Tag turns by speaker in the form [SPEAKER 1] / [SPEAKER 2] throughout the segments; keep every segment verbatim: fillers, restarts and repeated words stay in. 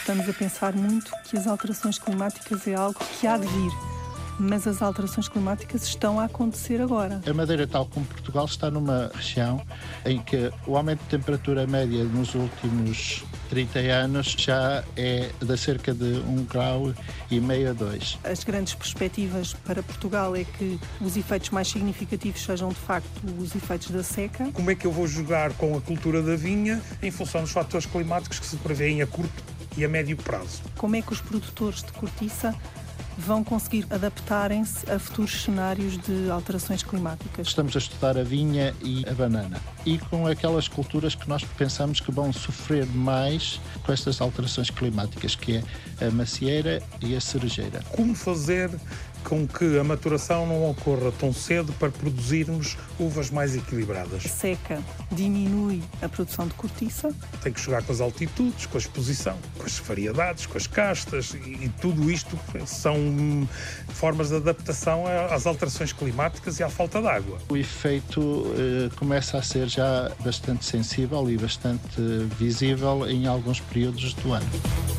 [SPEAKER 1] estamos a pensar muito que as alterações climáticas é algo que há de vir. Mas as alterações climáticas estão a acontecer agora.
[SPEAKER 2] A Madeira, tal como Portugal, está numa região em que o aumento de temperatura média nos últimos trinta anos já é de cerca de um grau e meio a dois.
[SPEAKER 1] As grandes perspectivas para Portugal é que os efeitos mais significativos sejam, de facto, os efeitos da seca.
[SPEAKER 3] Como é que eu vou jogar com a cultura da vinha em função dos fatores climáticos que se prevêem a curto e a médio prazo?
[SPEAKER 1] Como é que os produtores de cortiça vão conseguir adaptarem-se a futuros cenários de alterações climáticas?
[SPEAKER 2] Estamos a estudar a vinha e a banana. E com aquelas culturas que nós pensamos que vão sofrer mais com estas alterações climáticas, que é a macieira e a cerejeira.
[SPEAKER 3] Como fazer com que a maturação não ocorra tão cedo para produzirmos uvas mais equilibradas?
[SPEAKER 1] A seca diminui a produção de cortiça.
[SPEAKER 3] Tem que jogar com as altitudes, com a exposição, com as variedades, com as castas, e, e tudo isto são formas de adaptação às alterações climáticas e à falta de água.
[SPEAKER 2] O efeito eh, começa a ser já bastante sensível e bastante visível em alguns períodos do ano.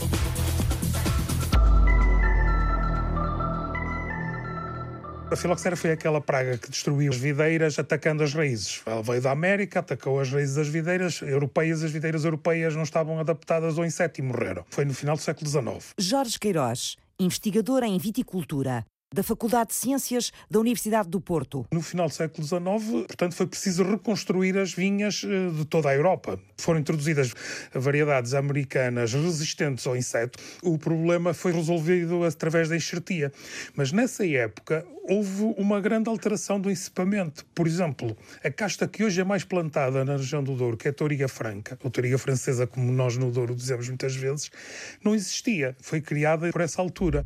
[SPEAKER 3] A filoxera foi aquela praga que destruiu as videiras atacando as raízes. Ela veio da América, atacou as raízes das videiras europeias. As videiras europeias não estavam adaptadas ao inseto e morreram. Foi no final do século dezenove.
[SPEAKER 4] Jorge Queiroz, investigador em viticultura da Faculdade de Ciências da Universidade do Porto.
[SPEAKER 3] No final do século dezenove, portanto, foi preciso reconstruir as vinhas de toda a Europa. Foram introduzidas variedades americanas resistentes ao inseto. O problema foi resolvido através da enxertia. Mas nessa época houve uma grande alteração do encipamento. Por exemplo, a casta que hoje é mais plantada na região do Douro, que é a touriga franca, ou touriga francesa, como nós no Douro dizemos muitas vezes, não existia. Foi criada por essa altura.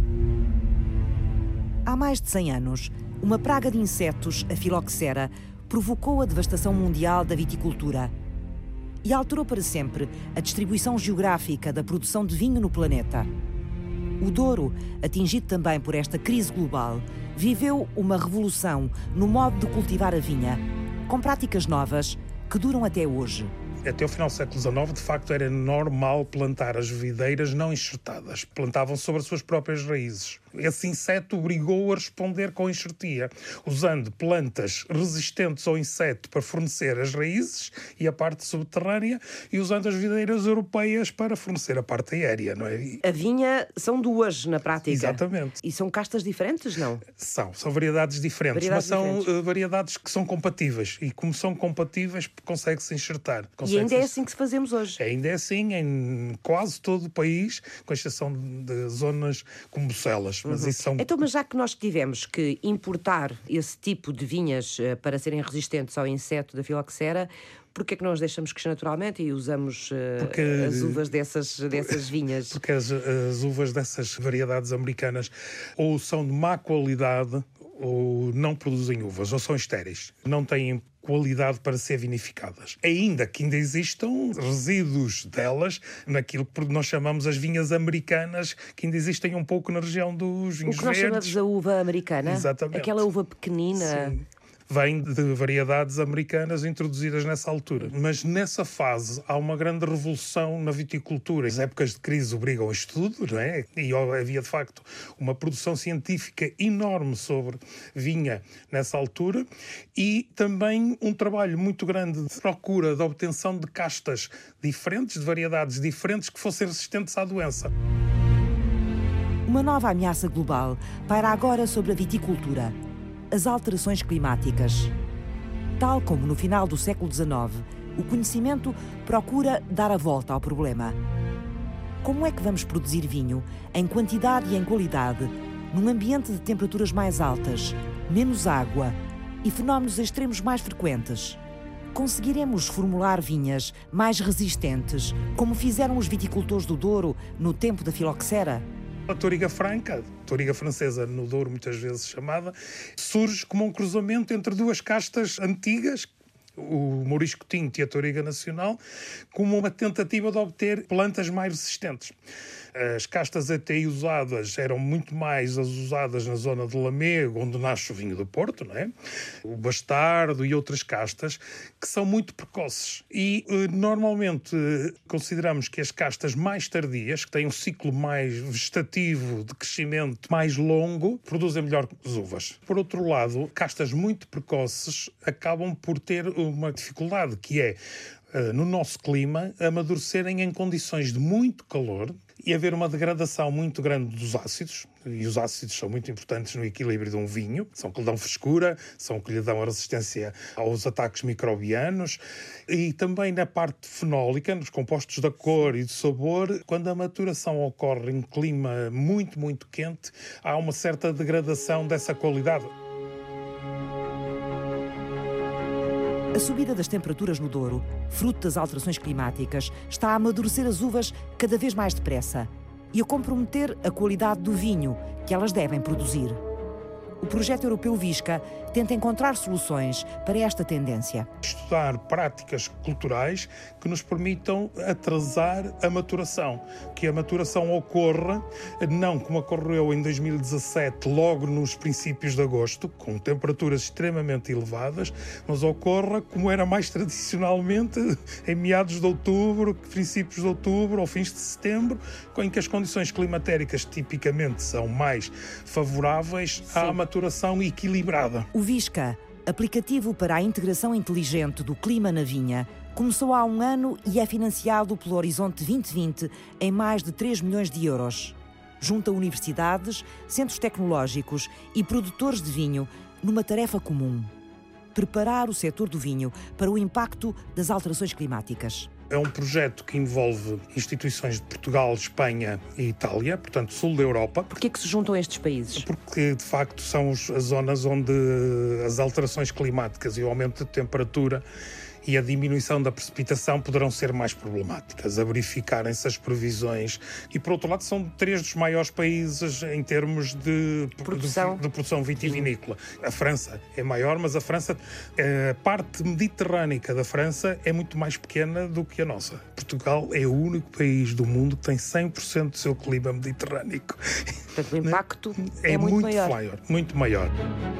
[SPEAKER 4] Há mais de cem anos, uma praga de insetos, a filoxera, provocou a devastação mundial da viticultura e alterou para sempre a distribuição geográfica da produção de vinho no planeta. O Douro, atingido também por esta crise global, viveu uma revolução no modo de cultivar a vinha, com práticas novas que duram até hoje.
[SPEAKER 3] Até o final do século dezenove, de facto, era normal plantar as videiras não enxertadas. Plantavam sobre as suas próprias raízes. Esse inseto obrigou a responder com enxertia, usando plantas resistentes ao inseto para fornecer as raízes e a parte subterrânea e usando as videiras europeias para fornecer a parte aérea, não é?
[SPEAKER 5] A vinha são duas na prática.
[SPEAKER 3] Exatamente.
[SPEAKER 5] E são castas diferentes, não?
[SPEAKER 3] São, são variedades diferentes,
[SPEAKER 5] variedades
[SPEAKER 3] mas são
[SPEAKER 5] diferentes.
[SPEAKER 3] Uh, variedades que são compatíveis. E como são compatíveis, consegue-se enxertar.
[SPEAKER 5] E ainda é assim que se fazemos hoje?
[SPEAKER 3] Ainda é assim em quase todo o país, com exceção de zonas como Bucelas. Mas
[SPEAKER 5] uhum.
[SPEAKER 3] isso são...
[SPEAKER 5] Então, mas já que nós tivemos que importar esse tipo de vinhas uh, para serem resistentes ao inseto da filoxera, porquê é que não as deixamos crescer naturalmente e usamos uh,
[SPEAKER 3] porque,
[SPEAKER 5] as uvas dessas, dessas vinhas?
[SPEAKER 3] Porque as, as uvas dessas variedades americanas ou são de má qualidade ou não produzem uvas, ou são estéreis. Não têm qualidade para ser vinificadas. Ainda que ainda existam resíduos delas naquilo que nós chamamos as vinhas americanas, que ainda existem um pouco na região dos vinhos verdes.
[SPEAKER 5] O que nós
[SPEAKER 3] verdes.
[SPEAKER 5] chamamos a uva americana?
[SPEAKER 3] Exatamente.
[SPEAKER 5] Aquela uva pequenina.
[SPEAKER 3] Sim. Vem de variedades americanas introduzidas nessa altura. Mas nessa fase há uma grande revolução na viticultura. As épocas de crise obrigam a estudo, não é? E havia, de facto, uma produção científica enorme sobre vinha nessa altura e também um trabalho muito grande de procura, de obtenção de castas diferentes, de variedades diferentes que fossem resistentes à doença.
[SPEAKER 4] Uma nova ameaça global paira agora sobre a viticultura. As alterações climáticas. Tal como no final do século dezenove, o conhecimento procura dar a volta ao problema. Como é que vamos produzir vinho em quantidade e em qualidade, num ambiente de temperaturas mais altas, menos água e fenómenos extremos mais frequentes? Conseguiremos formular vinhas mais resistentes, como fizeram os viticultores do Douro no tempo da filoxera?
[SPEAKER 3] A touriga franca, a touriga francesa no Douro muitas vezes chamada, surge como um cruzamento entre duas castas antigas, o Mourisco Tinto e a Touriga Nacional, como uma tentativa de obter plantas mais resistentes. As castas A T I usadas eram muito mais as usadas na zona de Lamego, onde nasce o vinho do Porto, não é? O Bastardo e outras castas, que são muito precoces. E normalmente consideramos que as castas mais tardias, que têm um ciclo mais vegetativo de crescimento mais longo, produzem melhor as uvas. Por outro lado, castas muito precoces acabam por ter uma dificuldade, que é, no nosso clima, amadurecerem em condições de muito calor e haver uma degradação muito grande dos ácidos, e os ácidos são muito importantes no equilíbrio de um vinho, são que lhe dão frescura, são que lhe dão a resistência aos ataques microbianos, e também na parte fenólica, nos compostos da cor e do sabor, quando a maturação ocorre em clima muito, muito quente, há uma certa degradação dessa qualidade.
[SPEAKER 4] A subida das temperaturas no Douro, fruto das alterações climáticas, está a amadurecer as uvas cada vez mais depressa e a comprometer a qualidade do vinho que elas devem produzir. O projeto europeu Visca tenta encontrar soluções para esta tendência.
[SPEAKER 3] Estudar práticas culturais que nos permitam atrasar a maturação, que a maturação ocorra, não como ocorreu em dois mil e dezassete, logo nos princípios de agosto, com temperaturas extremamente elevadas, mas ocorra como era mais tradicionalmente, em meados de outubro, princípios de outubro ou fins de setembro, em que as condições climatéricas tipicamente são mais favoráveis Sim. à maturação equilibrada.
[SPEAKER 4] O Visca, aplicativo para a integração inteligente do clima na vinha, começou há um ano e é financiado pelo Horizonte vinte vinte em mais de três milhões de euros. Junta universidades, centros tecnológicos e produtores de vinho numa tarefa comum: preparar o setor do vinho para o impacto das alterações climáticas.
[SPEAKER 3] É um projeto que envolve instituições de Portugal, Espanha e Itália, portanto, sul da Europa.
[SPEAKER 5] Porquê é que se juntam estes países?
[SPEAKER 3] Porque, de facto, são as zonas onde as alterações climáticas e o aumento de temperatura e a diminuição da precipitação poderão ser mais problemáticas, a verificarem-se as previsões. E, por outro lado, são três dos maiores países em termos de
[SPEAKER 5] produção,
[SPEAKER 3] de, de produção vitivinícola. A França é maior, mas a França, a parte mediterrânica da França é muito mais pequena do que a nossa. Portugal é o único país do mundo que tem cem por cento do seu clima mediterrâneo.
[SPEAKER 5] Portanto, o impacto
[SPEAKER 3] é,
[SPEAKER 5] é muito,
[SPEAKER 3] muito
[SPEAKER 5] maior.
[SPEAKER 3] maior. Muito maior.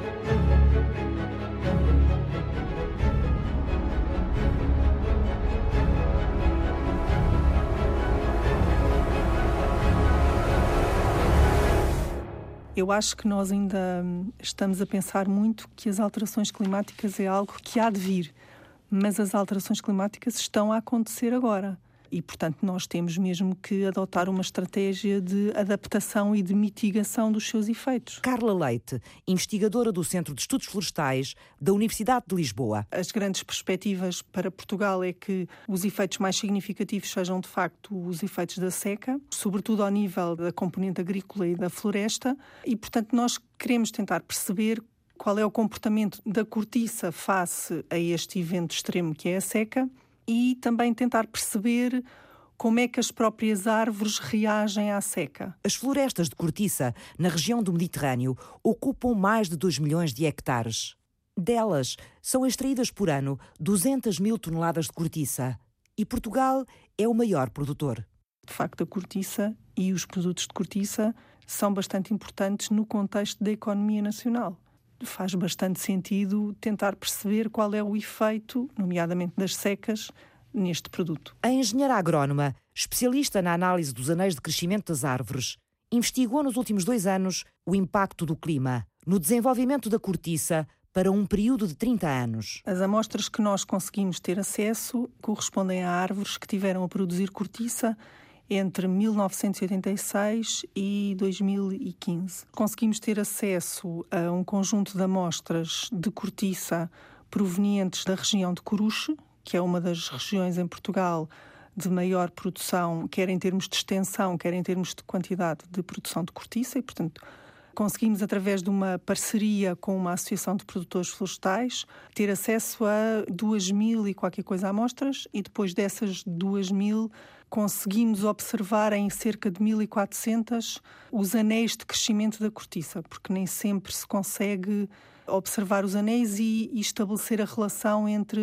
[SPEAKER 1] Eu acho que nós ainda estamos a pensar muito que as alterações climáticas é algo que há de vir, mas as alterações climáticas estão a acontecer agora. E, portanto, nós temos mesmo que adotar uma estratégia de adaptação e de mitigação dos seus efeitos.
[SPEAKER 4] Carla Leite, investigadora do Centro de Estudos Florestais da Universidade de Lisboa.
[SPEAKER 1] As grandes perspectivas para Portugal é que os efeitos mais significativos sejam, de facto, os efeitos da seca, sobretudo ao nível da componente agrícola e da floresta, e, portanto, nós queremos tentar perceber qual é o comportamento da cortiça face a este evento extremo que é a seca, e também tentar perceber como é que as próprias árvores reagem à seca.
[SPEAKER 4] As florestas de cortiça na região do Mediterrâneo ocupam mais de dois milhões de hectares. Delas são extraídas por ano duzentas mil toneladas de cortiça e Portugal é o maior produtor.
[SPEAKER 1] De facto, a cortiça e os produtos de cortiça são bastante importantes no contexto da economia nacional. Faz bastante sentido tentar perceber qual é o efeito, nomeadamente das secas, neste produto.
[SPEAKER 4] A engenheira agrónoma, especialista na análise dos anéis de crescimento das árvores, investigou nos últimos dois anos o impacto do clima no desenvolvimento da cortiça para um período de trinta anos.
[SPEAKER 1] As amostras que nós conseguimos ter acesso correspondem a árvores que tiveram a produzir cortiça entre mil novecentos e oitenta e seis e dois mil e quinze. Conseguimos ter acesso a um conjunto de amostras de cortiça provenientes da região de Coruche, que é uma das regiões em Portugal de maior produção, quer em termos de extensão, quer em termos de quantidade de produção de cortiça, e, portanto, conseguimos, através de uma parceria com uma associação de produtores florestais, ter acesso a duas mil e qualquer coisa amostras, e depois dessas duas mil conseguimos observar em cerca de mil e quatrocentas os anéis de crescimento da cortiça, porque nem sempre se consegue observar os anéis e, e estabelecer a relação entre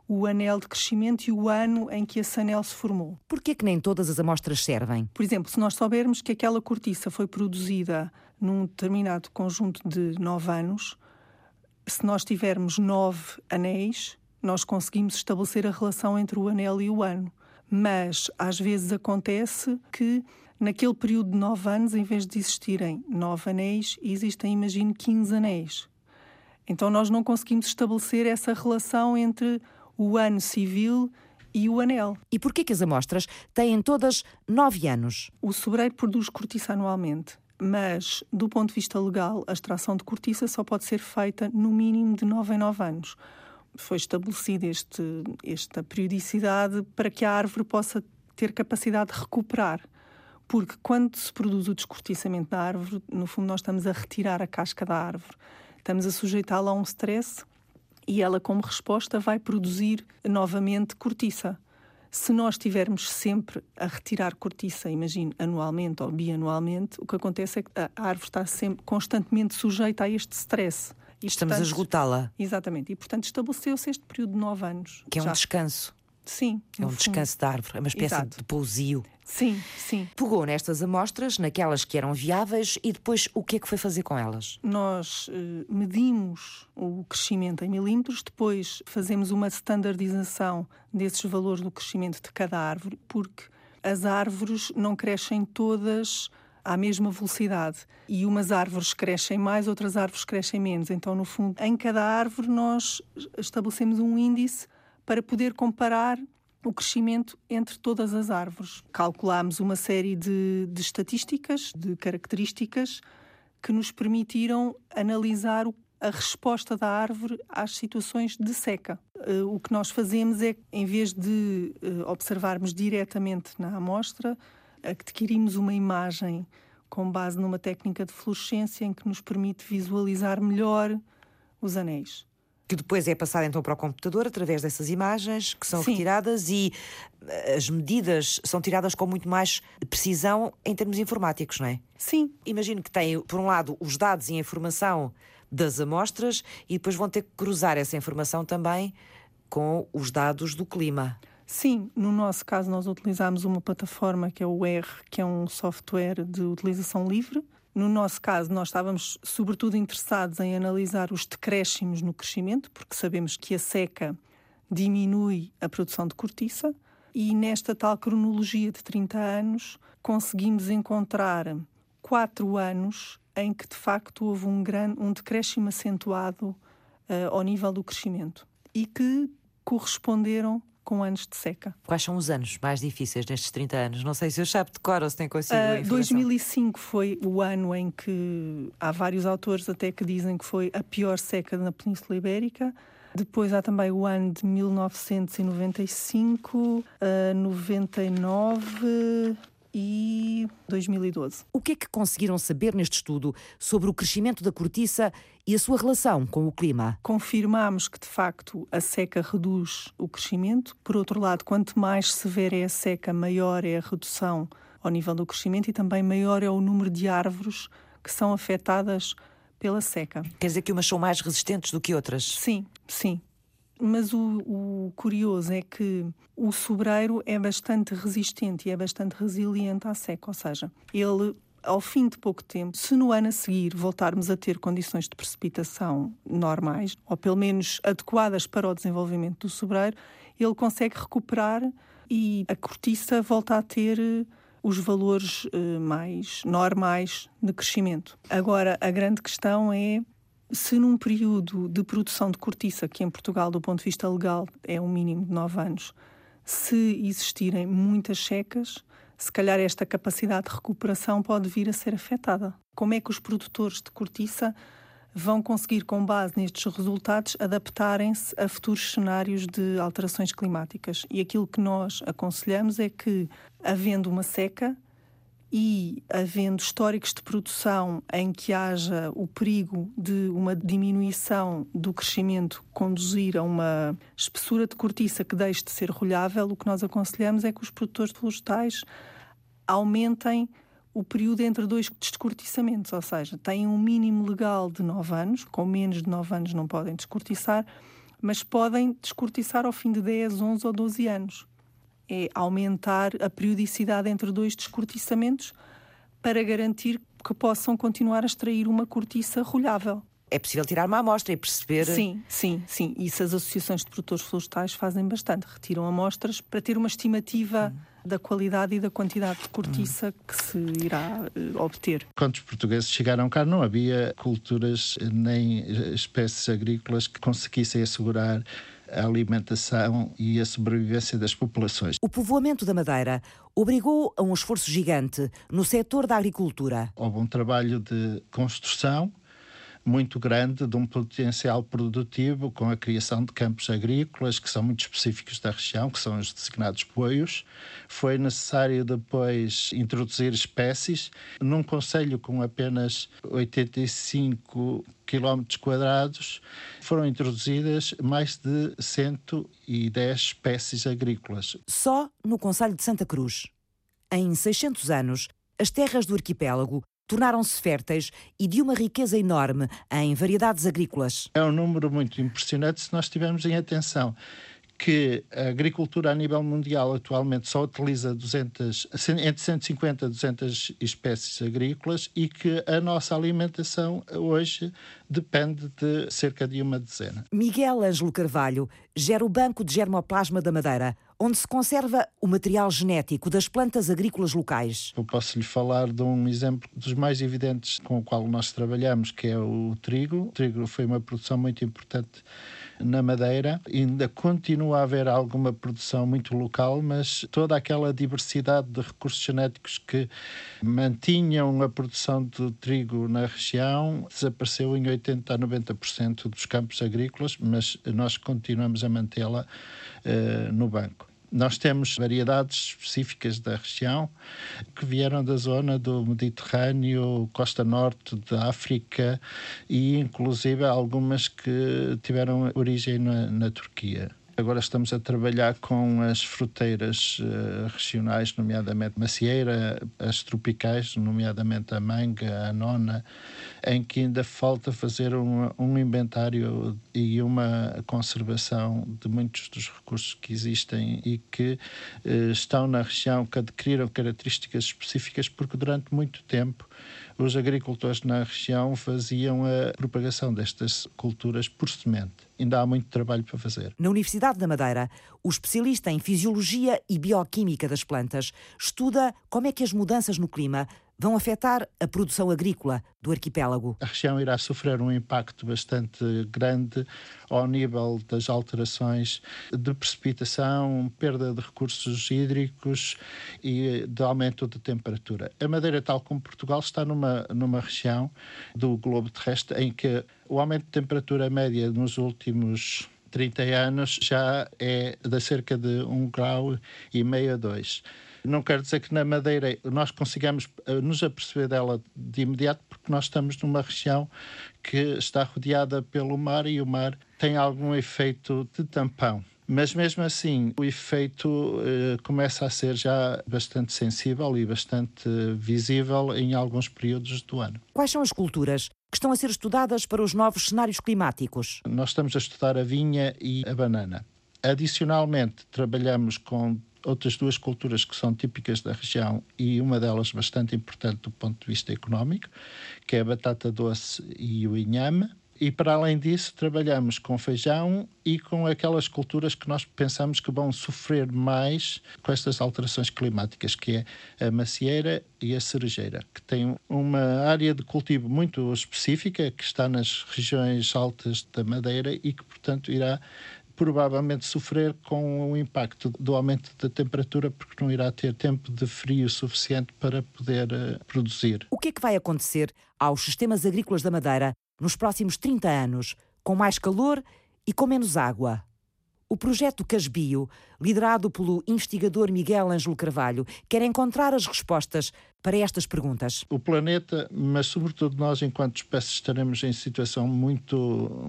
[SPEAKER 1] o anel de crescimento e o ano em que esse anel se formou.
[SPEAKER 4] Por que é que nem todas as amostras servem?
[SPEAKER 1] Por exemplo, se nós soubermos que aquela cortiça foi produzida num determinado conjunto de nove anos, se nós tivermos nove anéis, nós conseguimos estabelecer a relação entre o anel e o ano. Mas, às vezes, acontece que, naquele período de nove anos, em vez de existirem nove anéis, existem, imagine, quinze anéis. Então, nós não conseguimos estabelecer essa relação entre o ano civil e o anel.
[SPEAKER 4] E por que é que as amostras têm todas nove anos?
[SPEAKER 1] O sobreiro produz cortiça anualmente, mas, do ponto de vista legal, a extração de cortiça só pode ser feita no mínimo de nove em nove anos. Foi estabelecida este, esta periodicidade para que a árvore possa ter capacidade de recuperar. Porque quando se produz o descortiçamento da árvore, no fundo nós estamos a retirar a casca da árvore. Estamos a sujeitá-la a um stress e ela, como resposta, vai produzir novamente cortiça. Se nós estivermos sempre a retirar cortiça, imagine, anualmente ou bianualmente, o que acontece é que a árvore está sempre constantemente sujeita a este stress.
[SPEAKER 4] E, Estamos portanto, a esgotá-la.
[SPEAKER 1] Exatamente. E, portanto, estabeleceu-se este período de nove anos.
[SPEAKER 4] Que é
[SPEAKER 1] já.
[SPEAKER 4] um descanso.
[SPEAKER 1] Sim.
[SPEAKER 4] É um fundo. descanso da árvore. É uma espécie Exato. de pousio.
[SPEAKER 1] Sim, sim.
[SPEAKER 4] Pegou nestas amostras, naquelas que eram viáveis, e depois o que é que foi fazer com elas?
[SPEAKER 1] Nós eh, medimos o crescimento em milímetros, depois fazemos uma standardização desses valores do crescimento de cada árvore, porque as árvores não crescem todas à mesma velocidade. E umas árvores crescem mais, outras árvores crescem menos. Então, no fundo, em cada árvore nós estabelecemos um índice para poder comparar o crescimento entre todas as árvores. Calculámos uma série de, de estatísticas, de características, que nos permitiram analisar o, a resposta da árvore às situações de seca. Uh, o que nós fazemos é, em vez de uh, observarmos diretamente na amostra, adquirimos uma imagem com base numa técnica de fluorescência em que nos permite visualizar melhor os anéis.
[SPEAKER 4] Que depois é passado então para o computador através dessas imagens que são Sim. retiradas e as medidas são tiradas com muito mais precisão em termos informáticos, não é?
[SPEAKER 1] Sim.
[SPEAKER 4] Imagino que tem, por um lado, os dados e a informação das amostras e depois vão ter que cruzar essa informação também com os dados do clima.
[SPEAKER 1] Sim, no nosso caso nós utilizamos uma plataforma que é o R, que é um software de utilização livre. No nosso caso, nós estávamos sobretudo interessados em analisar os decréscimos no crescimento, porque sabemos que a seca diminui a produção de cortiça, e nesta tal cronologia de trinta anos conseguimos encontrar quatro anos em que de facto houve um, grande, um decréscimo acentuado uh, ao nível do crescimento e que corresponderam com anos de seca.
[SPEAKER 4] Quais são os anos mais difíceis nestes trinta anos? Não sei se eu sabe de cor ou se tem consigo a
[SPEAKER 1] informação. Uh, dois mil e cinco foi o ano em que há vários autores até que dizem que foi a pior seca na Península Ibérica. Depois há também o ano de mil novecentos e noventa e cinco, uh, noventa e nove e dois mil e doze.
[SPEAKER 4] O que é que conseguiram saber neste estudo sobre o crescimento da cortiça e a sua relação com o clima?
[SPEAKER 1] Confirmámos que, de facto, a seca reduz o crescimento. Por outro lado, quanto mais severa é a seca, maior é a redução ao nível do crescimento e também maior é o número de árvores que são afetadas pela seca.
[SPEAKER 4] Quer dizer que umas são mais resistentes do que outras?
[SPEAKER 1] Sim, sim. Mas o, o curioso é que o sobreiro é bastante resistente e é bastante resiliente à seca, ou seja, ele, ao fim de pouco tempo, se no ano a seguir voltarmos a ter condições de precipitação normais, ou pelo menos adequadas para o desenvolvimento do sobreiro, ele consegue recuperar e a cortiça volta a ter os valores eh, mais normais de crescimento. Agora, a grande questão é se num período de produção de cortiça, que em Portugal, do ponto de vista legal, é um mínimo de nove anos, se existirem muitas secas, se calhar esta capacidade de recuperação pode vir a ser afetada. Como é que os produtores de cortiça vão conseguir, com base nestes resultados, adaptarem-se a futuros cenários de alterações climáticas? E aquilo que nós aconselhamos é que, havendo uma seca, e havendo históricos de produção em que haja o perigo de uma diminuição do crescimento conduzir a uma espessura de cortiça que deixe de ser rolhável, o que nós aconselhamos é que os produtores florestais aumentem o período entre dois descortiçamentos, ou seja, têm um mínimo legal de nove anos, com menos de nove anos não podem descortiçar, mas podem descortiçar ao fim de dez, onze ou doze anos. É aumentar a periodicidade entre dois descortiçamentos para garantir que possam continuar a extrair uma cortiça rolhável.
[SPEAKER 4] É possível tirar uma amostra e perceber...
[SPEAKER 1] Sim, sim, sim. Isso as associações de produtores florestais fazem bastante. Retiram amostras para ter uma estimativa hum. da qualidade e da quantidade de cortiça hum. que se irá uh, obter.
[SPEAKER 2] Quando os portugueses chegaram cá, não havia culturas nem espécies agrícolas que conseguissem assegurar a alimentação e a sobrevivência das populações.
[SPEAKER 4] O povoamento da Madeira obrigou a um esforço gigante no setor da agricultura.
[SPEAKER 2] Houve um trabalho de construção muito grande, de um potencial produtivo, com a criação de campos agrícolas, que são muito específicos da região, que são os designados poios. Foi necessário depois introduzir espécies. Num concelho com apenas oitenta e cinco quilómetros quadrados, foram introduzidas mais de cento e dez espécies agrícolas.
[SPEAKER 4] Só no concelho de Santa Cruz. Em seiscentos anos, as terras do arquipélago tornaram-se férteis e de uma riqueza enorme em variedades agrícolas.
[SPEAKER 2] É um número muito impressionante se nós tivermos em atenção que a agricultura a nível mundial atualmente só utiliza duzentas, entre cento e cinquenta e duzentas espécies agrícolas e que a nossa alimentação hoje depende de cerca de uma dezena.
[SPEAKER 4] Miguel Ângelo Carvalho gera o Banco de Germoplasma da Madeira, onde se conserva o material genético das plantas agrícolas locais.
[SPEAKER 2] Eu posso lhe falar de um exemplo dos mais evidentes com o qual nós trabalhamos, que é o trigo. O trigo foi uma produção muito importante na Madeira. Ainda continua a haver alguma produção muito local, mas toda aquela diversidade de recursos genéticos que mantinham a produção de trigo na região desapareceu em oitenta a noventa por cento dos campos agrícolas, mas nós continuamos a mantê-la uh, no banco. Nós temos variedades específicas da região que vieram da zona do Mediterrâneo, costa norte da África e inclusive algumas que tiveram origem na, na Turquia. Agora estamos a trabalhar com as fruteiras uh, regionais, nomeadamente macieira, as tropicais, nomeadamente a manga, a nona, em que ainda falta fazer um, um inventário e uma conservação de muitos dos recursos que existem e que uh, estão na região, que adquiriram características específicas, porque durante muito tempo os agricultores na região faziam a propagação destas culturas por semente. Ainda há muito trabalho para fazer.
[SPEAKER 4] Na Universidade da Madeira, o especialista em Fisiologia e Bioquímica das plantas estuda como é que as mudanças no clima vão afetar a produção agrícola do arquipélago.
[SPEAKER 2] A região irá sofrer um impacto bastante grande ao nível das alterações de precipitação, perda de recursos hídricos e de aumento de temperatura. A Madeira, tal como Portugal, está numa, numa região do globo terrestre em que o aumento de temperatura média nos últimos trinta anos já é de cerca de um grau e meio a dois. Não quer dizer que na Madeira nós consigamos nos aperceber dela de imediato, porque nós estamos numa região que está rodeada pelo mar e o mar tem algum efeito de tampão. Mas mesmo assim, o efeito eh, começa a ser já bastante sensível e bastante visível em alguns períodos do ano.
[SPEAKER 4] Quais são as culturas que estão a ser estudadas para os novos cenários climáticos?
[SPEAKER 2] Nós estamos a estudar a vinha e a banana. Adicionalmente, trabalhamos com outras duas culturas que são típicas da região e uma delas bastante importante do ponto de vista económico, que é a batata doce e o inhame. E, para além disso, trabalhamos com feijão e com aquelas culturas que nós pensamos que vão sofrer mais com estas alterações climáticas, que é a macieira e a cerejeira, que têm uma área de cultivo muito específica, que está nas regiões altas da Madeira e que, portanto, irá provavelmente sofrer com o impacto do aumento da temperatura, porque não irá ter tempo de frio suficiente para poder uh, produzir.
[SPEAKER 4] O que é que vai acontecer aos sistemas agrícolas da Madeira nos próximos trinta anos, com mais calor e com menos água? O projeto Casbio, liderado pelo investigador Miguel Ângelo Carvalho, quer encontrar as respostas para estas perguntas.
[SPEAKER 2] O planeta, mas sobretudo nós, enquanto espécie, estaremos em situação muito,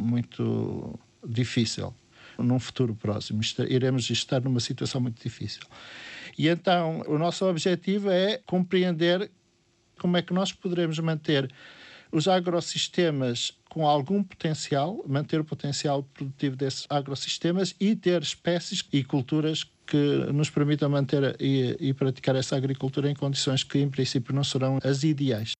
[SPEAKER 2] muito difícil. Num futuro próximo, iremos estar numa situação muito difícil. E então, o nosso objetivo é compreender como é que nós poderemos manter os agrossistemas com algum potencial, manter o potencial produtivo desses agrossistemas e ter espécies e culturas que nos permitam manter e, e praticar essa agricultura em condições que, em princípio, não serão as ideais.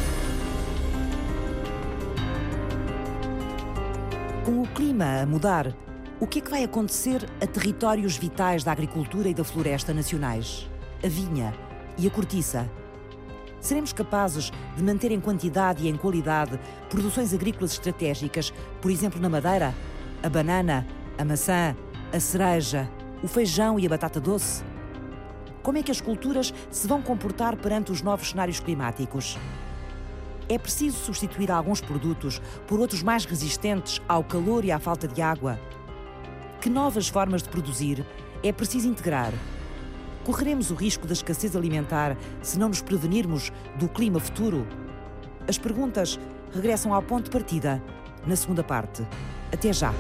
[SPEAKER 4] Com o clima a mudar, o que é que vai acontecer a territórios vitais da agricultura e da floresta nacionais? A vinha e a cortiça. Seremos capazes de manter em quantidade e em qualidade produções agrícolas estratégicas, por exemplo, na Madeira? A banana, a maçã, a cereja, o feijão e a batata doce? Como é que as culturas se vão comportar perante os novos cenários climáticos? É preciso substituir alguns produtos por outros mais resistentes ao calor e à falta de água? Que novas formas de produzir é preciso integrar? Correremos o risco da escassez alimentar se não nos prevenirmos do clima futuro? As perguntas regressam ao ponto de partida, na segunda parte. Até já!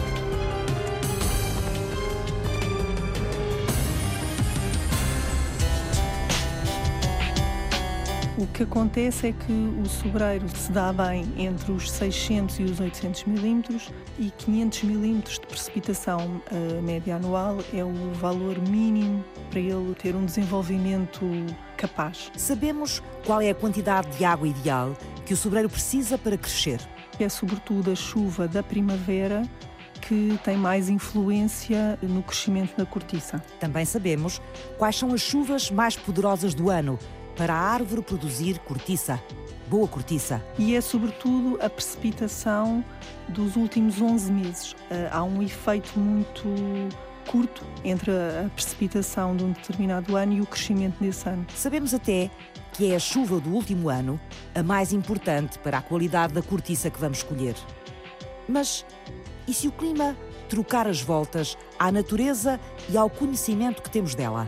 [SPEAKER 1] O que acontece é que o sobreiro se dá bem entre os seiscentos e os oitocentos milímetros e quinhentos milímetros de precipitação uh, média anual é o valor mínimo para ele ter um desenvolvimento capaz.
[SPEAKER 4] Sabemos qual é a quantidade de água ideal que o sobreiro precisa para crescer.
[SPEAKER 1] É sobretudo a chuva da primavera que tem mais influência no crescimento da cortiça.
[SPEAKER 4] Também sabemos quais são as chuvas mais poderosas do ano para a árvore produzir cortiça, boa cortiça.
[SPEAKER 1] E é sobretudo a precipitação dos últimos onze meses. Há um efeito muito curto entre a precipitação de um determinado ano e o crescimento desse ano.
[SPEAKER 4] Sabemos até que é a chuva do último ano a mais importante para a qualidade da cortiça que vamos colher. Mas e se o clima trocar as voltas à natureza e ao conhecimento que temos dela?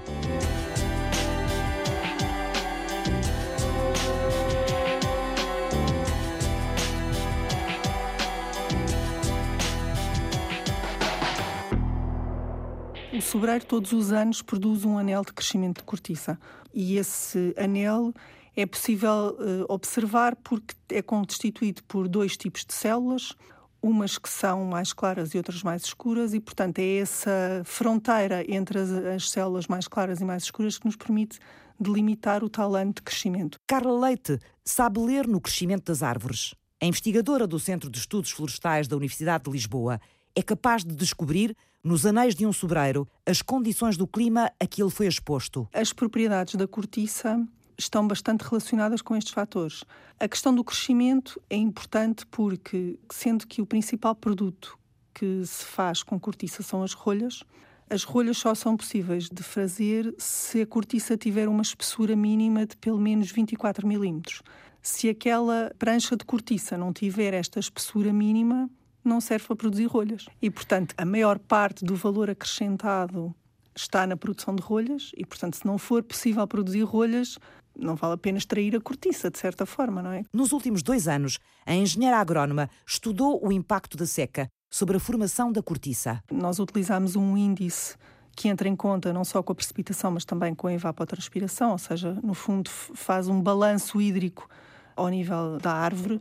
[SPEAKER 1] O sobreiro todos os anos produz um anel de crescimento de cortiça e esse anel é possível uh, observar porque é constituído por dois tipos de células, umas que são mais claras e outras mais escuras e, portanto, é essa fronteira entre as, as células mais claras e mais escuras que nos permite delimitar o tal ano de crescimento.
[SPEAKER 4] Carla Leite sabe ler no crescimento das árvores. A investigadora do Centro de Estudos Florestais da Universidade de Lisboa é capaz de descobrir, nos anéis de um sobreiro, as condições do clima a que ele foi exposto.
[SPEAKER 1] As propriedades da cortiça estão bastante relacionadas com estes fatores. A questão do crescimento é importante porque, sendo que o principal produto que se faz com cortiça são as rolhas, as rolhas só são possíveis de fazer se a cortiça tiver uma espessura mínima de pelo menos vinte e quatro milímetros. Se aquela prancha de cortiça não tiver esta espessura mínima, não serve para produzir rolhas. E, portanto, a maior parte do valor acrescentado está na produção de rolhas e, portanto, se não for possível produzir rolhas, não vale a pena extrair a cortiça, de certa forma, não é?
[SPEAKER 4] Nos últimos dois anos, a engenheira agrónoma estudou o impacto da seca sobre a formação da cortiça.
[SPEAKER 1] Nós utilizamos um índice que entra em conta não só com a precipitação, mas também com a evapotranspiração, ou seja, no fundo faz um balanço hídrico ao nível da árvore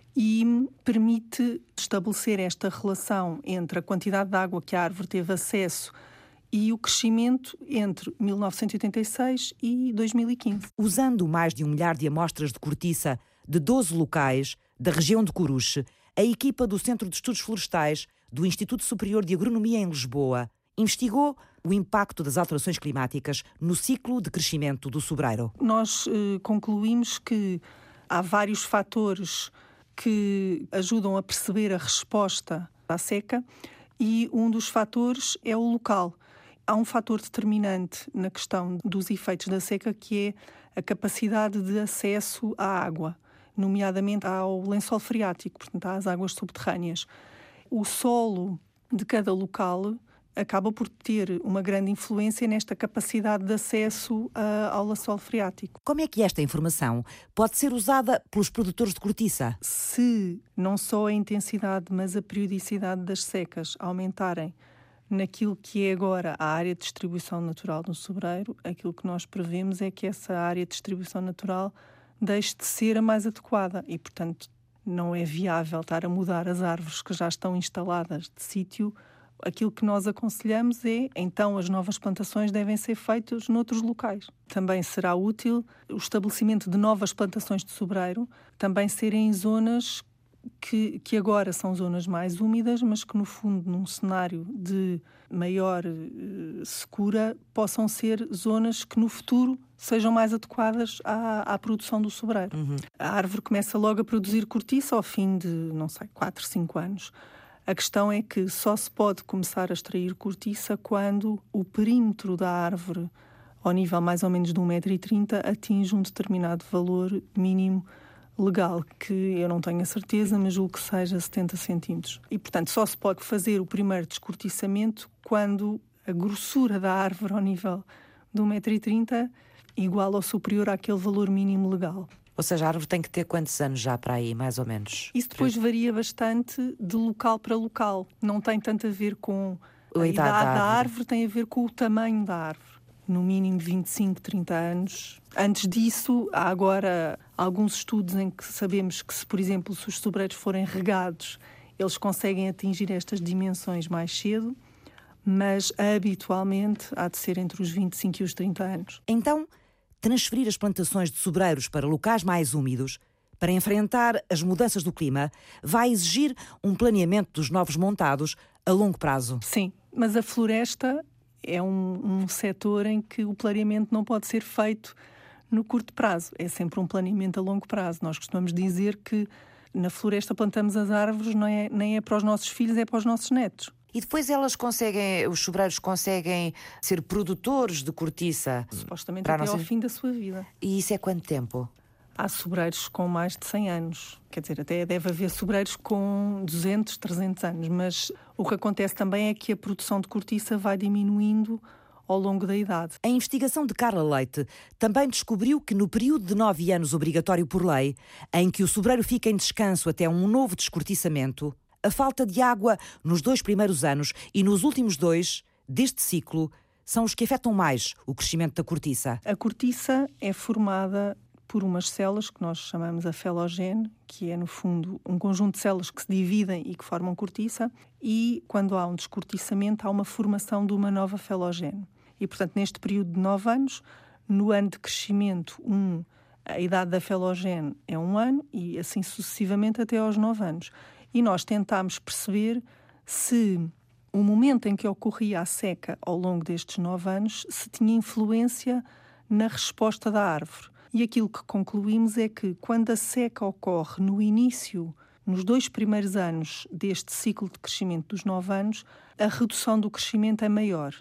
[SPEAKER 1] e permite estabelecer esta relação entre a quantidade de água que a árvore teve acesso e o crescimento entre mil novecentos e oitenta e seis e dois mil e quinze.
[SPEAKER 4] Usando mais de um milhar de amostras de cortiça de doze locais da região de Coruche, a equipa do Centro de Estudos Florestais do Instituto Superior de Agronomia em Lisboa investigou o impacto das alterações climáticas no ciclo de crescimento do sobreiro.
[SPEAKER 1] Nós eh, concluímos que há vários fatores que ajudam a perceber a resposta à seca e um dos fatores é o local. Há um fator determinante na questão dos efeitos da seca que é a capacidade de acesso à água, nomeadamente ao lençol freático, portanto às águas subterrâneas. O solo de cada local acaba por ter uma grande influência nesta capacidade de acesso uh, ao lençol freático.
[SPEAKER 4] Como é que esta informação pode ser usada pelos produtores de cortiça?
[SPEAKER 1] Se não só a intensidade, mas a periodicidade das secas aumentarem naquilo que é agora a área de distribuição natural no sobreiro, aquilo que nós prevemos é que essa área de distribuição natural deixe de ser a mais adequada e, portanto, não é viável estar a mudar as árvores que já estão instaladas de sítio. Aquilo que nós aconselhamos é, então, as novas plantações devem ser feitas noutros locais. Também será útil o estabelecimento de novas plantações de sobreiro, também serem em zonas que, que agora são zonas mais úmidas, mas que, no fundo, num cenário de maior uh, secura, possam ser zonas que, no futuro, sejam mais adequadas à, à produção do sobreiro. Uhum. A árvore começa logo a produzir cortiça ao fim de, não sei, quatro, cinco anos. A questão é que só se pode começar a extrair cortiça quando o perímetro da árvore, ao nível mais ou menos de um metro e trinta, atinge um determinado valor mínimo legal, que eu não tenho a certeza, mas julgo que seja setenta centímetros. E, portanto, só se pode fazer o primeiro descortiçamento quando a grossura da árvore, ao nível de um metro e trinta, igual ou superior àquele valor mínimo legal.
[SPEAKER 4] Ou seja, a árvore tem que ter quantos anos já para aí, mais ou menos?
[SPEAKER 1] Isso depois varia bastante de local para local. Não tem tanto a ver com a, a idade, idade da árvore. árvore, tem a ver com o tamanho da árvore. No mínimo vinte e cinco, trinta anos. Antes disso, há agora alguns estudos em que sabemos que, se, por exemplo, se os sobreiros forem regados, eles conseguem atingir estas dimensões mais cedo, mas habitualmente há de ser entre os vinte e cinco e os trinta anos.
[SPEAKER 4] Então, transferir as plantações de sobreiros para locais mais úmidos, para enfrentar as mudanças do clima, vai exigir um planeamento dos novos montados a longo prazo.
[SPEAKER 1] Sim, mas a floresta é um, um setor em que o planeamento não pode ser feito no curto prazo. É sempre um planeamento a longo prazo. Nós costumamos dizer que na floresta plantamos as árvores, não é, nem é para os nossos filhos, é para os nossos netos.
[SPEAKER 4] E depois elas conseguem, os sobreiros conseguem ser produtores de cortiça?
[SPEAKER 1] Supostamente até ao fim da sua vida.
[SPEAKER 4] E isso é quanto tempo?
[SPEAKER 1] Há sobreiros com mais de cem anos. Quer dizer, até deve haver sobreiros com duzentos, trezentos anos. Mas o que acontece também é que a produção de cortiça vai diminuindo ao longo da idade.
[SPEAKER 4] A investigação de Carla Leite também descobriu que no período de nove anos obrigatório por lei, em que o sobreiro fica em descanso até um novo descortiçamento, a falta de água nos dois primeiros anos e nos últimos dois deste ciclo são os que afetam mais o crescimento da cortiça.
[SPEAKER 1] A cortiça é formada por umas células que nós chamamos a felogene, que é, no fundo, um conjunto de células que se dividem e que formam cortiça, e quando há um descortiçamento há uma formação de uma nova felogene. E, portanto, neste período de nove anos, no ano de crescimento um, a idade da felogene é um ano e assim sucessivamente até aos nove anos. E nós tentámos perceber se o momento em que ocorria a seca ao longo destes nove anos se tinha influência na resposta da árvore. E aquilo que concluímos é que quando a seca ocorre no início, nos dois primeiros anos deste ciclo de crescimento dos nove anos, a redução do crescimento é maior.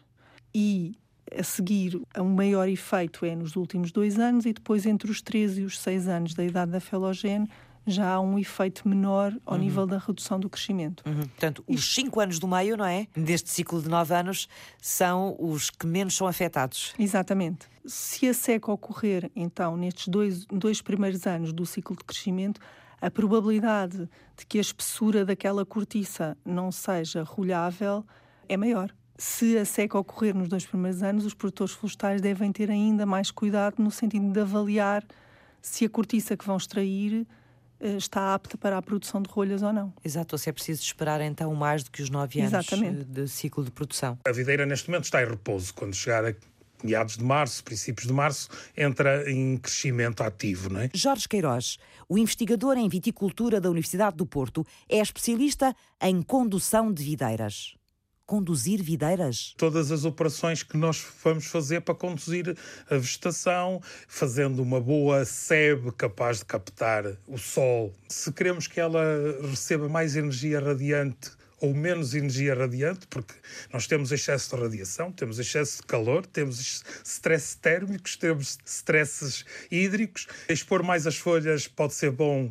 [SPEAKER 1] E a seguir, um maior efeito é nos últimos dois anos e depois entre os treze e os seis anos da idade da felogene já há um efeito menor ao uhum. nível da redução do crescimento.
[SPEAKER 4] Uhum. Portanto, os cinco anos do meio, não é? Deste ciclo de nove anos, são os que menos são afetados.
[SPEAKER 1] Exatamente. Se a seca ocorrer, então, nestes dois, dois primeiros anos do ciclo de crescimento, a probabilidade de que a espessura daquela cortiça não seja rolhável é maior. Se a seca ocorrer nos dois primeiros anos, os produtores florestais devem ter ainda mais cuidado no sentido de avaliar se a cortiça que vão extrair está apta para a produção de rolhas ou não.
[SPEAKER 4] Exato, ou se é preciso esperar então mais do que os nove anos Exatamente. de ciclo de produção.
[SPEAKER 3] A videira neste momento está em repouso. Quando chegar a meados de março, princípios de março, entra em crescimento ativo, não é?
[SPEAKER 4] Jorge Queiroz, o investigador em viticultura da Universidade do Porto, é especialista em condução de videiras. Conduzir videiras?
[SPEAKER 3] Todas as operações que nós vamos fazer para conduzir a vegetação, fazendo uma boa sebe capaz de captar o sol. Se queremos que ela receba mais energia radiante ou menos energia radiante, porque nós temos excesso de radiação, temos excesso de calor, temos stress térmicos, temos stresses hídricos. Expor mais as folhas pode ser bom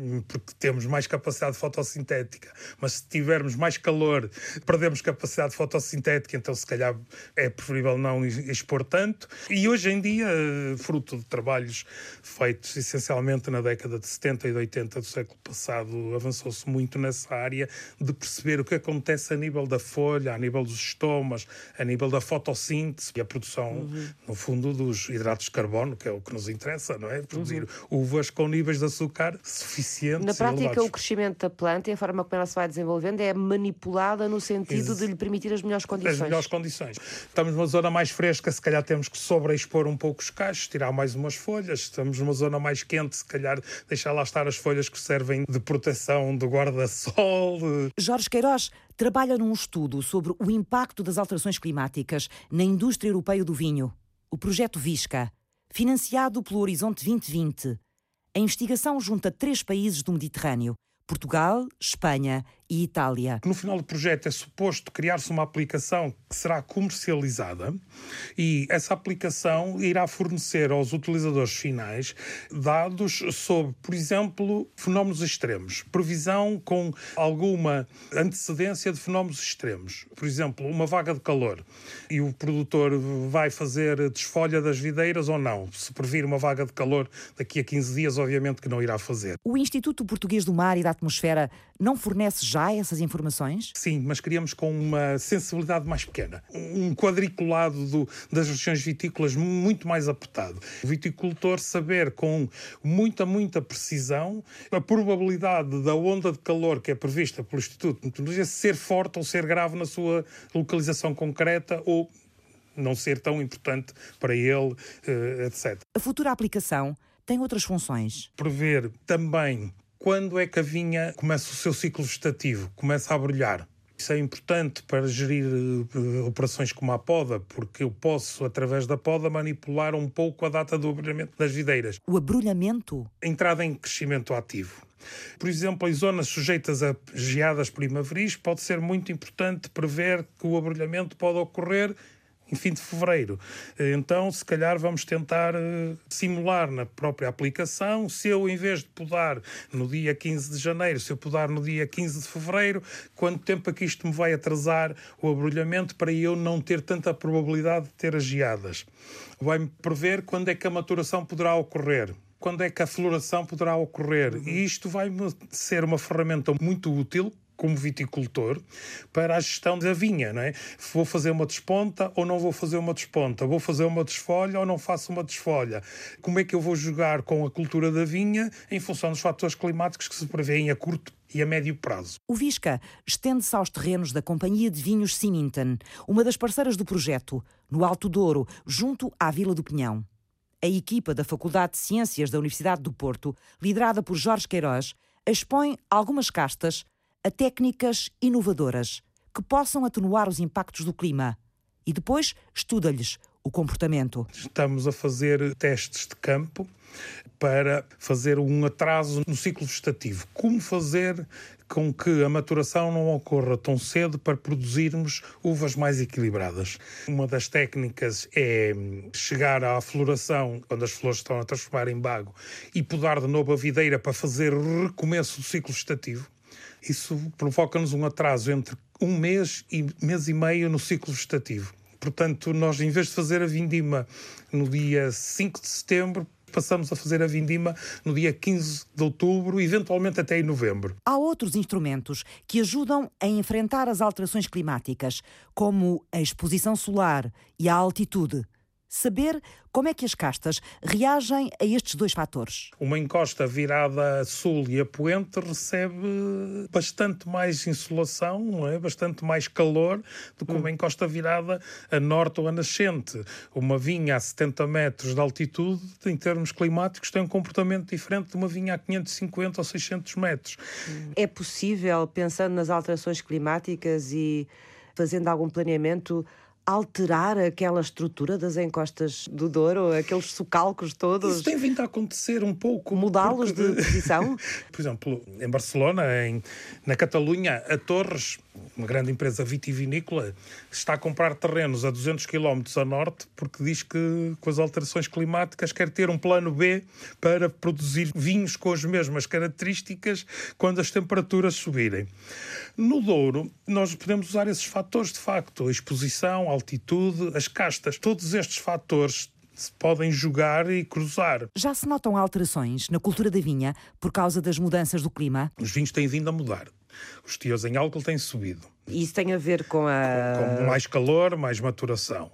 [SPEAKER 3] porque temos mais capacidade fotossintética, mas se tivermos mais calor, perdemos capacidade fotossintética, então se calhar é preferível não expor tanto. E hoje em dia, fruto de trabalhos feitos essencialmente na década de setenta e de oitenta do século passado, avançou-se muito nessa área de perceber o que acontece a nível da folha, a nível dos estomas, a nível da fotossíntese e a produção, uhum. no fundo, dos hidratos de carbono, que é o que nos interessa, não é? Produzir uhum. uvas com níveis de açúcar suficientes.
[SPEAKER 5] Na prática,
[SPEAKER 3] elevados.
[SPEAKER 5] o crescimento da planta e a forma como ela se vai desenvolvendo é manipulada no sentido Ex- de lhe permitir as melhores condições.
[SPEAKER 3] As melhores condições. Estamos numa zona mais fresca, se calhar temos que sobreexpor um pouco os cachos, tirar mais umas folhas. Estamos numa zona mais quente, se calhar deixar lá estar as folhas que servem de proteção, de guarda-sol. De...
[SPEAKER 4] Jorge Queiroz trabalha num estudo sobre o impacto das alterações climáticas na indústria europeia do vinho, o projeto Visca, financiado pelo Horizonte vinte vinte. A investigação junta três países do Mediterrâneo: Portugal, Espanha e Itália.
[SPEAKER 3] No final do projeto é suposto criar-se uma aplicação que será comercializada e essa aplicação irá fornecer aos utilizadores finais dados sobre, por exemplo, fenómenos extremos. Previsão com alguma antecedência de fenómenos extremos. Por exemplo, uma vaga de calor e o produtor vai fazer desfolha das videiras ou não. Se previr uma vaga de calor daqui a quinze dias, obviamente que não irá fazer.
[SPEAKER 4] O Instituto Português do Mar e da Atmosfera não fornece já essas informações?
[SPEAKER 3] Sim, mas queríamos com uma sensibilidade mais pequena. Um quadriculado do, das regiões vitícolas muito mais apertado. O viticultor saber com muita, muita precisão a probabilidade da onda de calor que é prevista pelo Instituto de Meteorologia ser forte ou ser grave na sua localização concreta ou não ser tão importante para ele, etcétera.
[SPEAKER 4] A futura aplicação tem outras funções.
[SPEAKER 3] Prever também quando é que a vinha começa o seu ciclo vegetativo, começa a abrolhar. Isso é importante para gerir uh, operações como a poda, porque eu posso, através da poda, manipular um pouco a data do abrolhamento das videiras.
[SPEAKER 4] O abrolhamento?
[SPEAKER 3] Entrada em crescimento ativo. Por exemplo, em zonas sujeitas a geadas primaveris, pode ser muito importante prever que o abrolhamento pode ocorrer em fim de fevereiro. Então, se calhar, vamos tentar uh, simular na própria aplicação. Se eu, em vez de podar no dia quinze de janeiro, se eu podar no dia quinze de fevereiro, quanto tempo é que isto me vai atrasar o abrolhamento para eu não ter tanta probabilidade de ter as geadas? Vai-me prever quando é que a maturação poderá ocorrer. Quando é que a floração poderá ocorrer. Uhum. E isto vai ser uma ferramenta muito útil como viticultor, para a gestão da vinha, não é? Vou fazer uma desponta ou não vou fazer uma desponta? Vou fazer uma desfolha ou não faço uma desfolha? Como é que eu vou jogar com a cultura da vinha em função dos fatores climáticos que se prevêem a curto e a médio prazo?
[SPEAKER 4] O Visca estende-se aos terrenos da Companhia de Vinhos Symington, uma das parceiras do projeto, no Alto Douro, junto à Vila do Pinhão. A equipa da Faculdade de Ciências da Universidade do Porto, liderada por Jorge Queiroz, expõe algumas castas a técnicas inovadoras que possam atenuar os impactos do clima e depois estuda-lhes o comportamento.
[SPEAKER 3] Estamos a fazer testes de campo para fazer um atraso no ciclo vegetativo. Como fazer com que a maturação não ocorra tão cedo para produzirmos uvas mais equilibradas. Uma das técnicas é chegar à floração, quando as flores estão a transformar em bago, e podar de novo a videira para fazer o recomeço do ciclo vegetativo. Isso provoca-nos um atraso entre um mês e mês e meio no ciclo vegetativo. Portanto, nós, em vez de fazer a vindima no dia cinco de setembro, passamos a fazer a vindima no dia quinze de outubro, eventualmente até em novembro.
[SPEAKER 4] Há outros instrumentos que ajudam a enfrentar as alterações climáticas, como a exposição solar e a altitude. Saber como é que as castas reagem a estes dois fatores.
[SPEAKER 3] Uma encosta virada a sul e a poente recebe bastante mais insolação, não é? Bastante mais calor do que uma hum. encosta virada a norte ou a nascente. Uma vinha a setenta metros de altitude, em termos climáticos, tem um comportamento diferente de uma vinha a quinhentos e cinquenta ou seiscentos metros.
[SPEAKER 5] É possível, pensando nas alterações climáticas e fazendo algum planeamento, alterar aquela estrutura das encostas do Douro, aqueles socalcos todos?
[SPEAKER 3] Isso tem vindo a acontecer um pouco.
[SPEAKER 5] Mudá-los
[SPEAKER 3] porque...
[SPEAKER 5] de posição?
[SPEAKER 3] Por exemplo, em Barcelona, em... na Catalunha, a Torres uma grande empresa vitivinícola, está a comprar terrenos a duzentos quilómetros a norte porque diz que, com as alterações climáticas, quer ter um plano B para produzir vinhos com as mesmas características quando as temperaturas subirem. No Douro, nós podemos usar esses fatores, de facto, a exposição, a altitude, as castas, todos estes fatores se podem jogar e cruzar.
[SPEAKER 4] Já se notam alterações na cultura da vinha por causa das mudanças do clima?
[SPEAKER 3] Os vinhos têm vindo a mudar. Os teores em álcool têm subido.
[SPEAKER 5] E isso tem a ver com a...
[SPEAKER 3] Com, com mais calor, mais maturação.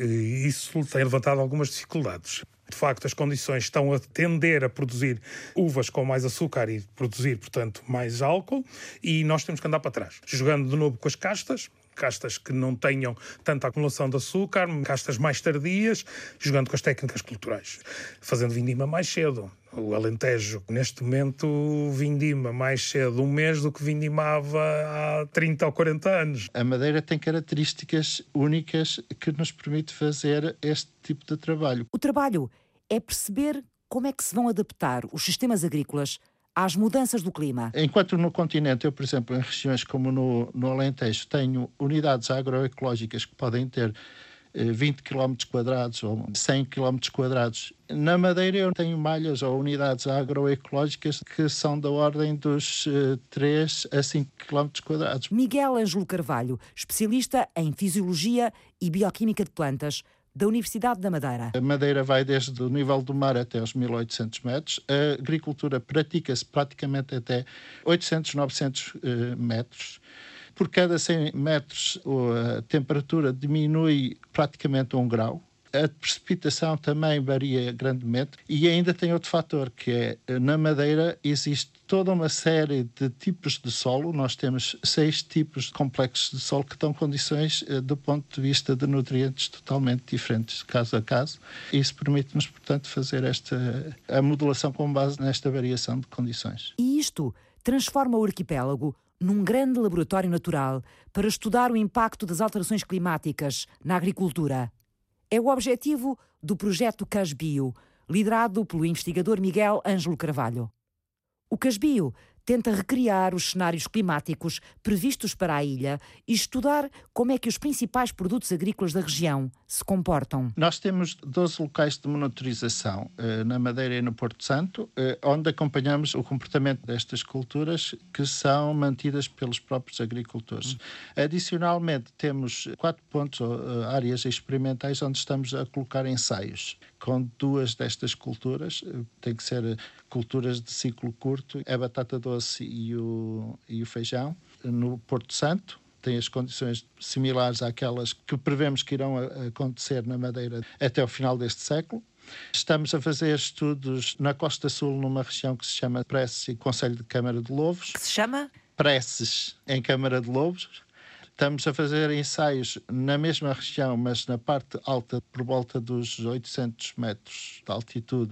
[SPEAKER 3] E isso tem levantado algumas dificuldades. De facto, as condições estão a tender a produzir uvas com mais açúcar e produzir, portanto, mais álcool, e nós temos que andar para trás. Jogando de novo com as castas, castas que não tenham tanta acumulação de açúcar, castas mais tardias, jogando com as técnicas culturais, fazendo vindima mais cedo. O Alentejo, neste momento, vindima mais cedo um mês do que vindimava há trinta ou quarenta anos.
[SPEAKER 2] A madeira tem características únicas que nos permite fazer este tipo de trabalho.
[SPEAKER 4] O trabalho é perceber como é que se vão adaptar os sistemas agrícolas às mudanças do clima.
[SPEAKER 2] Enquanto no continente, eu, por exemplo, em regiões como no, no Alentejo, tenho unidades agroecológicas que podem ter eh, vinte quilómetros quadrados ou cem quilómetros quadrados. Na Madeira eu tenho malhas ou unidades agroecológicas que são da ordem dos eh, três a cinco quilómetros quadrados.
[SPEAKER 4] Miguel Ângelo Carvalho, especialista em Fisiologia e Bioquímica de Plantas, da Universidade da Madeira.
[SPEAKER 2] A Madeira vai desde o nível do mar até aos mil e oitocentos metros. A agricultura pratica-se praticamente até oitocentos, novecentos uh, metros. Por cada cem metros a temperatura diminui praticamente um grau. A precipitação também varia grandemente e ainda tem outro fator, que é, na Madeira existe toda uma série de tipos de solo. Nós temos seis tipos complexos de solo que dão condições, do ponto de vista de nutrientes, totalmente diferentes, caso a caso. Isso permite-nos, portanto, fazer esta, a modulação com base nesta variação de condições.
[SPEAKER 4] E isto transforma o arquipélago num grande laboratório natural para estudar o impacto das alterações climáticas na agricultura. É o objetivo do projeto CASBio, liderado pelo investigador Miguel Ângelo Carvalho. O CASBio tenta recriar os cenários climáticos previstos para a ilha e estudar como é que os principais produtos agrícolas da região se comportam.
[SPEAKER 2] Nós temos doze locais de monitorização na Madeira e no Porto Santo, onde acompanhamos o comportamento destas culturas que são mantidas pelos próprios agricultores. Hum. Adicionalmente, temos quatro pontos, áreas experimentais, onde estamos a colocar ensaios com duas destas culturas. Tem que ser culturas de ciclo curto, a batata doce e o, e o feijão. No Porto Santo tem as condições similares àquelas que prevemos que irão acontecer na Madeira até o final deste século. Estamos a fazer estudos na Costa Sul, numa região que se chama Preces e Concelho de Câmara de Lobos.
[SPEAKER 4] Que se chama?
[SPEAKER 2] Preces, em Câmara de Lobos. Estamos a fazer ensaios na mesma região, mas na parte alta, por volta dos oitocentos metros de altitude,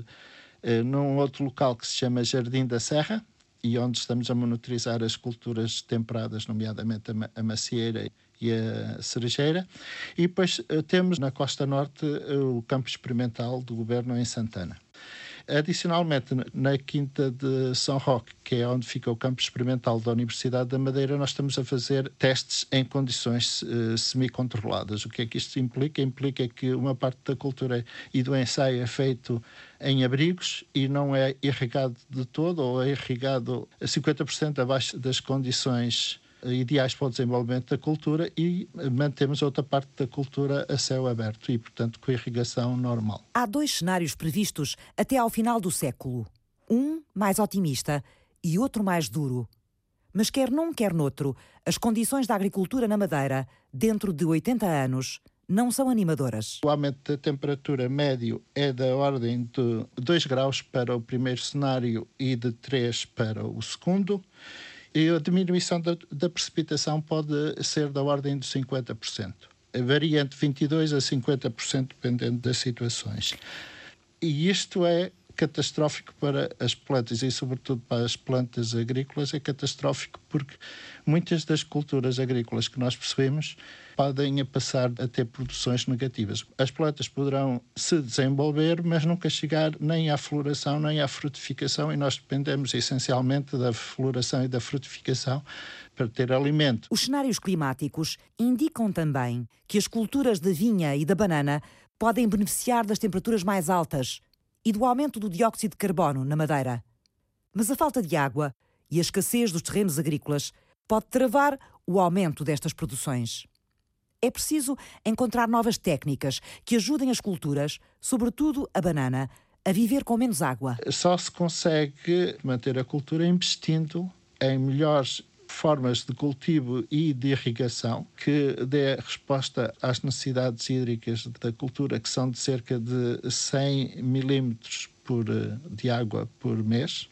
[SPEAKER 2] num outro local que se chama Jardim da Serra, e onde estamos a monitorizar as culturas temperadas, nomeadamente a macieira e a cerejeira. E depois temos na Costa Norte o campo experimental do Governo em Santana. Adicionalmente, na Quinta de São Roque, que é onde fica o campo experimental da Universidade da Madeira, nós estamos a fazer testes em condições uh, semi-controladas. O que é que isto implica? Implica que uma parte da cultura e do ensaio é feito em abrigos e não é irrigado de todo, ou é irrigado a cinquenta por cento abaixo das condições ideais para o desenvolvimento da cultura, e mantemos outra parte da cultura a céu aberto e, portanto, com irrigação normal.
[SPEAKER 4] Há dois cenários previstos até ao final do século. Um mais otimista e outro mais duro. Mas quer num, quer noutro, as condições da agricultura na Madeira, dentro de oitenta anos, não são animadoras.
[SPEAKER 2] O aumento da temperatura médio é da ordem de dois graus para o primeiro cenário e de três para o segundo. E a diminuição da, da precipitação pode ser da ordem de cinquenta por cento. Varia entre vinte e dois por cento a cinquenta por cento, dependendo das situações. E isto é catastrófico para as plantas e, sobretudo, para as plantas agrícolas. É catastrófico porque muitas das culturas agrícolas que nós possuímos podem passar a ter produções negativas. As plantas poderão se desenvolver, mas nunca chegar nem à floração, nem à frutificação, e nós dependemos essencialmente da floração e da frutificação para ter alimento.
[SPEAKER 4] Os cenários climáticos indicam também que as culturas da vinha e da banana podem beneficiar das temperaturas mais altas e do aumento do dióxido de carbono na madeira. Mas a falta de água e a escassez dos terrenos agrícolas pode travar o aumento destas produções. É preciso encontrar novas técnicas que ajudem as culturas, sobretudo a banana, a viver com menos água.
[SPEAKER 2] Só se consegue manter a cultura investindo em melhores formas de cultivo e de irrigação que dê resposta às necessidades hídricas da cultura, que são de cerca de cem milímetros por, de água por mês,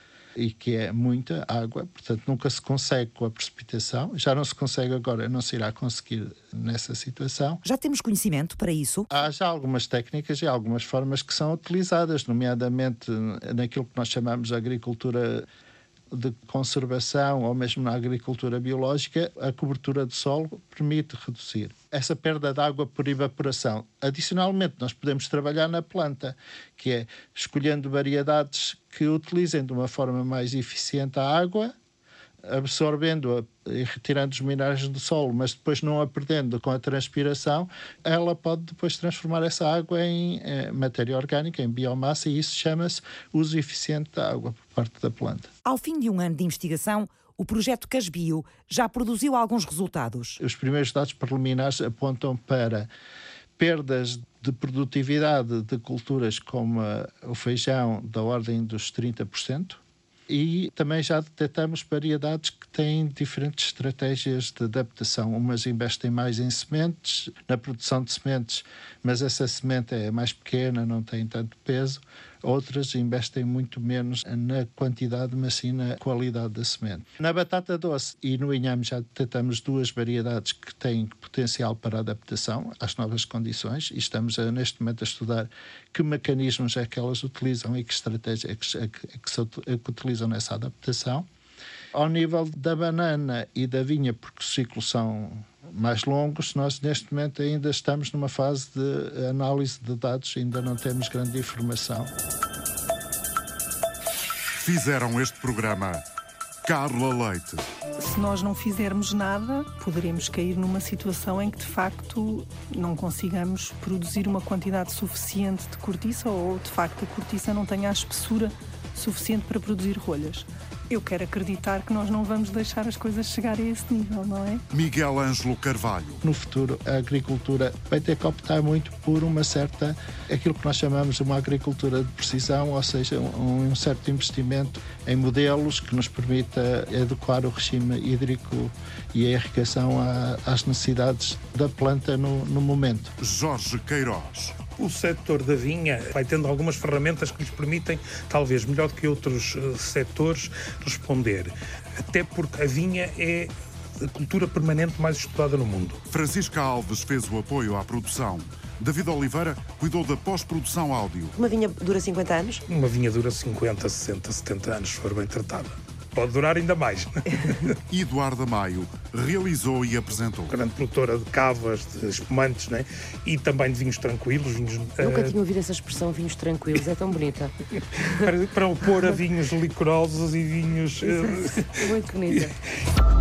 [SPEAKER 2] e que é muita água, portanto nunca se consegue com a precipitação. Já não se consegue agora, não se irá conseguir nessa situação.
[SPEAKER 4] Já temos conhecimento para isso?
[SPEAKER 2] Há já algumas técnicas e algumas formas que são utilizadas, nomeadamente naquilo que nós chamamos de agricultura de conservação ou mesmo na agricultura biológica. A cobertura de solo permite reduzir essa perda de água por evaporação. Adicionalmente, nós podemos trabalhar na planta, que é escolhendo variedades que utilizem de uma forma mais eficiente a água, absorvendo-a e retirando os minerais do solo, mas depois não a perdendo com a transpiração. Ela pode depois transformar essa água em eh, matéria orgânica, em biomassa, e isso chama-se uso eficiente da água por parte da planta.
[SPEAKER 4] Ao fim de um ano de investigação, o projeto Casbio já produziu alguns resultados.
[SPEAKER 2] Os primeiros dados preliminares apontam para perdas de produtividade de culturas como o feijão da ordem dos trinta por cento, e também já detectamos variedades que têm diferentes estratégias de adaptação. Umas investem mais em sementes, na produção de sementes, mas essa semente é mais pequena, não tem tanto peso. Outras investem muito menos na quantidade, mas sim na qualidade da semente. Na batata doce e no inhame já detectamos duas variedades que têm potencial para adaptação às novas condições, e estamos a, neste momento a estudar que mecanismos é que elas utilizam e que estratégias é que, é que, é que, se, é que utilizam nessa adaptação. Ao nível da banana e da vinha, porque os ciclos são mais longos, nós neste momento ainda estamos numa fase de análise de dados, ainda não temos grande informação.
[SPEAKER 6] Fizeram este programa Carla Leite.
[SPEAKER 1] Se nós não fizermos nada, poderemos cair numa situação em que, de facto, não consigamos produzir uma quantidade suficiente de cortiça, ou, de facto, a cortiça não tenha a espessura suficiente para produzir rolhas. Eu quero acreditar que nós não vamos deixar as coisas chegar a esse nível, não é?
[SPEAKER 6] Miguel Ângelo Carvalho.
[SPEAKER 2] No futuro, a agricultura vai ter que optar muito por uma certa, aquilo que nós chamamos de uma agricultura de precisão, ou seja, um, um certo investimento em modelos que nos permita adequar o regime hídrico e a irrigação a, às necessidades da planta no, no momento.
[SPEAKER 6] Jorge Queiroz.
[SPEAKER 3] O setor da vinha vai tendo algumas ferramentas que lhes permitem, talvez melhor do que outros uh, setores, responder. Até porque a vinha é a cultura permanente mais estudada no mundo.
[SPEAKER 6] Francisca Alves fez o apoio à produção. David Oliveira cuidou da pós-produção áudio.
[SPEAKER 5] Uma vinha dura cinquenta anos?
[SPEAKER 3] Uma vinha dura cinquenta, sessenta, setenta anos, se for bem tratada. Pode durar ainda mais.
[SPEAKER 6] Eduardo Maio realizou e apresentou.
[SPEAKER 3] Grande produtora de cavas, de espumantes, né? E também de vinhos tranquilos. Vinhos,
[SPEAKER 5] Nunca
[SPEAKER 3] uh...
[SPEAKER 5] tinha ouvido essa expressão, vinhos tranquilos, é tão bonita.
[SPEAKER 3] para, para opor a vinhos licorosos e vinhos... Uh...
[SPEAKER 5] Muito bonita.